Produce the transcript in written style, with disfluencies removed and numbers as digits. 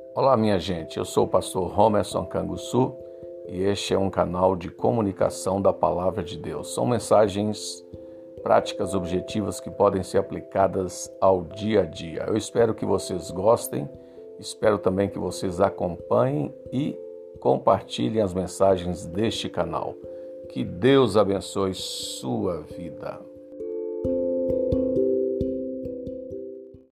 Olá, minha gente, eu sou o pastor Romerson Canguçu e este é um canal de comunicação da Palavra de Deus. São mensagens práticas, objetivas que podem ser aplicadas ao dia a dia. Eu espero que vocês gostem, espero também que vocês acompanhem e compartilhem as mensagens deste canal. Que Deus abençoe sua vida.